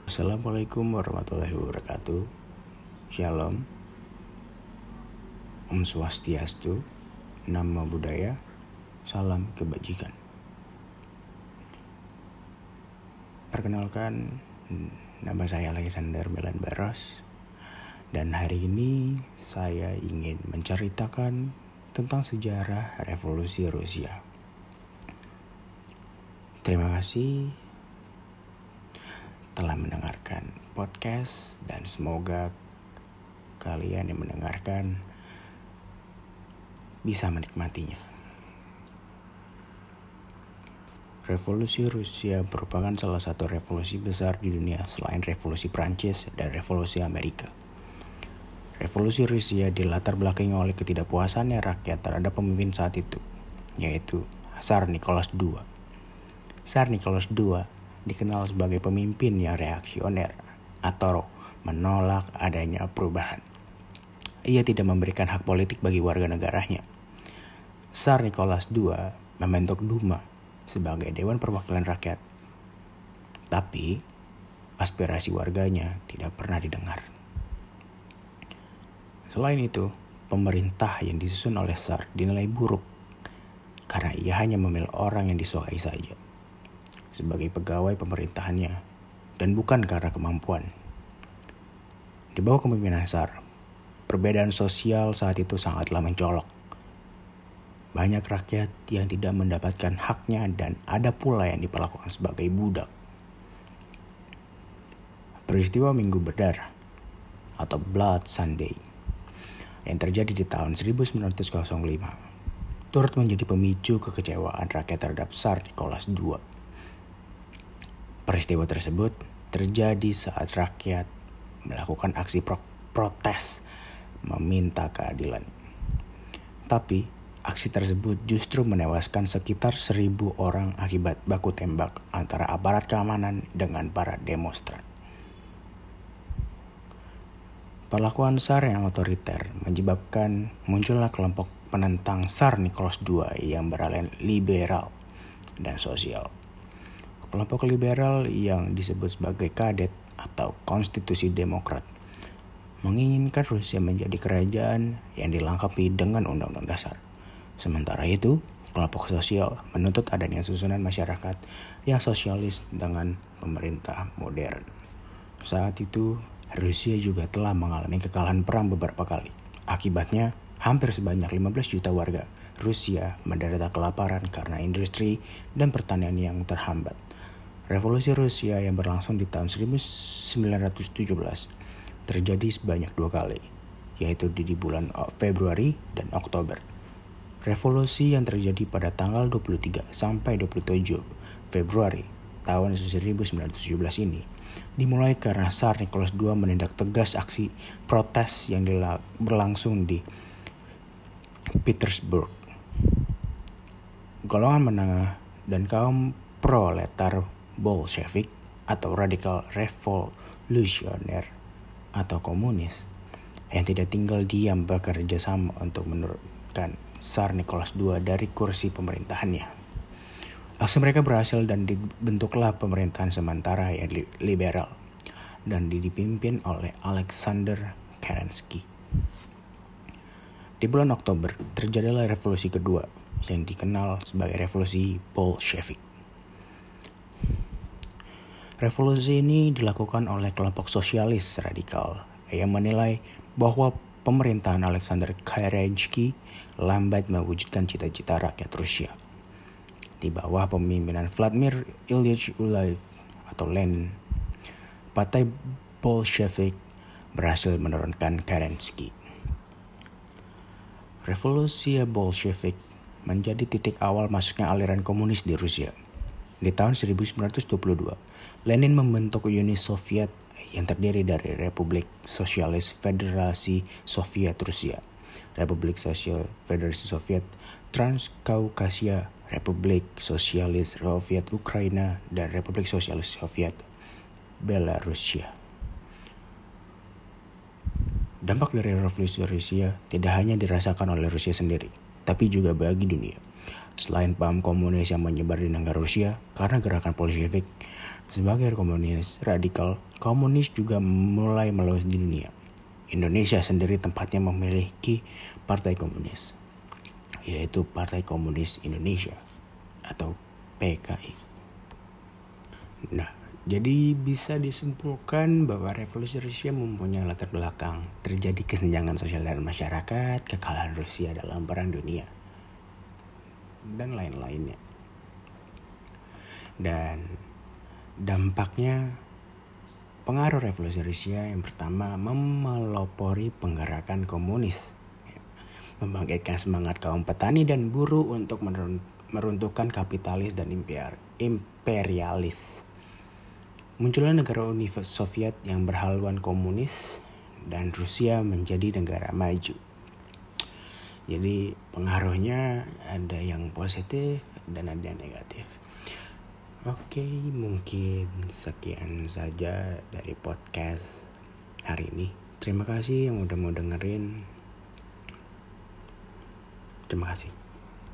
Assalamualaikum warahmatullahi wabarakatuh. Shalom. Om Swastiastu. Namo Buddhaya. Salam kebajikan. Perkenalkan, nama saya Alexander Melan Baros. Dan hari ini saya ingin menceritakan tentang sejarah revolusi Rusia. Terima kasih telah mendengarkan podcast dan semoga kalian yang mendengarkan bisa menikmatinya. Revolusi Rusia merupakan salah satu revolusi besar di dunia selain revolusi Prancis dan revolusi Amerika. Revolusi Rusia dilatar belakangi oleh ketidakpuasannya rakyat terhadap pemimpin saat itu, yaitu Tsar Nicholas II. Tsar Nicholas II dikenal sebagai pemimpin yang reaksioner atau menolak adanya perubahan. Ia tidak memberikan hak politik bagi warga negaranya. Tsar Nicholas II membentuk Duma sebagai Dewan Perwakilan Rakyat. Tapi aspirasi warganya tidak pernah didengar. Selain itu, pemerintah yang disusun oleh Tsar dinilai buruk karena ia hanya memilih orang yang disukai saja sebagai pegawai pemerintahannya dan bukan karena kemampuan. Di bawah kepemimpinan Tsar, perbedaan sosial saat itu sangatlah mencolok. Banyak rakyat yang tidak mendapatkan haknya dan ada pula yang diperlakukan sebagai budak. Peristiwa Minggu Berdarah atau Blood Sunday yang terjadi di tahun 1905 turut menjadi pemicu kekecewaan rakyat terhadap Tsar Nicholas II. Peristiwa tersebut terjadi saat rakyat melakukan aksi protes meminta keadilan. Tapi aksi tersebut justru menewaskan sekitar 1.000 orang akibat baku tembak antara aparat keamanan dengan para demonstran. Perlakuan Tsar yang otoriter menyebabkan munculnya kelompok penentang Tsar Nicholas II yang beraliran liberal dan sosial. Kelompok liberal yang disebut sebagai Kadet atau Konstitusi Demokrat menginginkan Rusia menjadi kerajaan yang dilengkapi dengan undang-undang dasar. Sementara itu, kelompok sosial menuntut adanya susunan masyarakat yang sosialis dengan pemerintah modern. Saat itu, Rusia juga telah mengalami kekalahan perang beberapa kali. Akibatnya, hampir sebanyak 15 juta warga Rusia menderita kelaparan karena industri dan pertanian yang terhambat. Revolusi Rusia yang berlangsung di tahun 1917 terjadi sebanyak 2 kali, yaitu di bulan Februari dan Oktober. Revolusi yang terjadi pada tanggal 23 sampai 27 Februari tahun 1917 ini dimulai karena Tsar Nicholas II menindak tegas aksi protes yang berlangsung di Petersburg. Golongan menengah dan kaum proletar Bolshevik atau radikal revolusioner atau komunis yang tidak tinggal diam bekerja sama untuk menurunkan Tsar Nicholas II dari kursi pemerintahannya. Aksi mereka berhasil dan dibentuklah pemerintahan sementara yang liberal dan dipimpin oleh Alexander Kerensky. Di bulan Oktober terjadilah revolusi kedua yang dikenal sebagai revolusi Bolshevik. Revolusi ini dilakukan oleh kelompok sosialis radikal yang menilai bahwa pemerintahan Alexander Kerensky lambat mewujudkan cita-cita rakyat Rusia. Di bawah pemimpinan Vladimir Ilyich Ulyanov atau Lenin, Partai Bolshevik berhasil menurunkan Kerensky. Revolusi Bolshevik menjadi titik awal masuknya aliran komunis di Rusia. Di tahun 1922, Lenin membentuk Uni Soviet yang terdiri dari Republik Sosialis Federasi Soviet Rusia, Republik Sosial Federasi Soviet Transkaukasia, Republik Sosialis Soviet Ukraina, dan Republik Sosialis Soviet Belarusia. Dampak dari revolusi Rusia tidak hanya dirasakan oleh Rusia sendiri, tapi juga bagi dunia. Selain paham komunis yang menyebar di negara Rusia karena gerakan Bolshevik, sebagai komunis radikal, komunis juga mulai meluas di dunia. Indonesia sendiri tempatnya memiliki partai komunis, yaitu Partai Komunis Indonesia atau PKI. Nah, jadi bisa disimpulkan bahwa revolusi Rusia mempunyai latar belakang terjadi kesenjangan sosial dan masyarakat, kekalahan Rusia dalam Perang Dunia, dan lain-lainnya. Dan dampaknya, pengaruh revolusi Rusia yang pertama memelopori penggerakan komunis, membangkitkan semangat kaum petani dan buruh untuk meruntuhkan kapitalis dan imperialis. Munculnya negara Uni Soviet yang berhaluan komunis dan Rusia menjadi negara maju. Jadi pengaruhnya ada yang positif dan ada yang negatif. Oke, mungkin sekian saja dari podcast hari ini. Terima kasih yang udah mau dengerin. Terima kasih.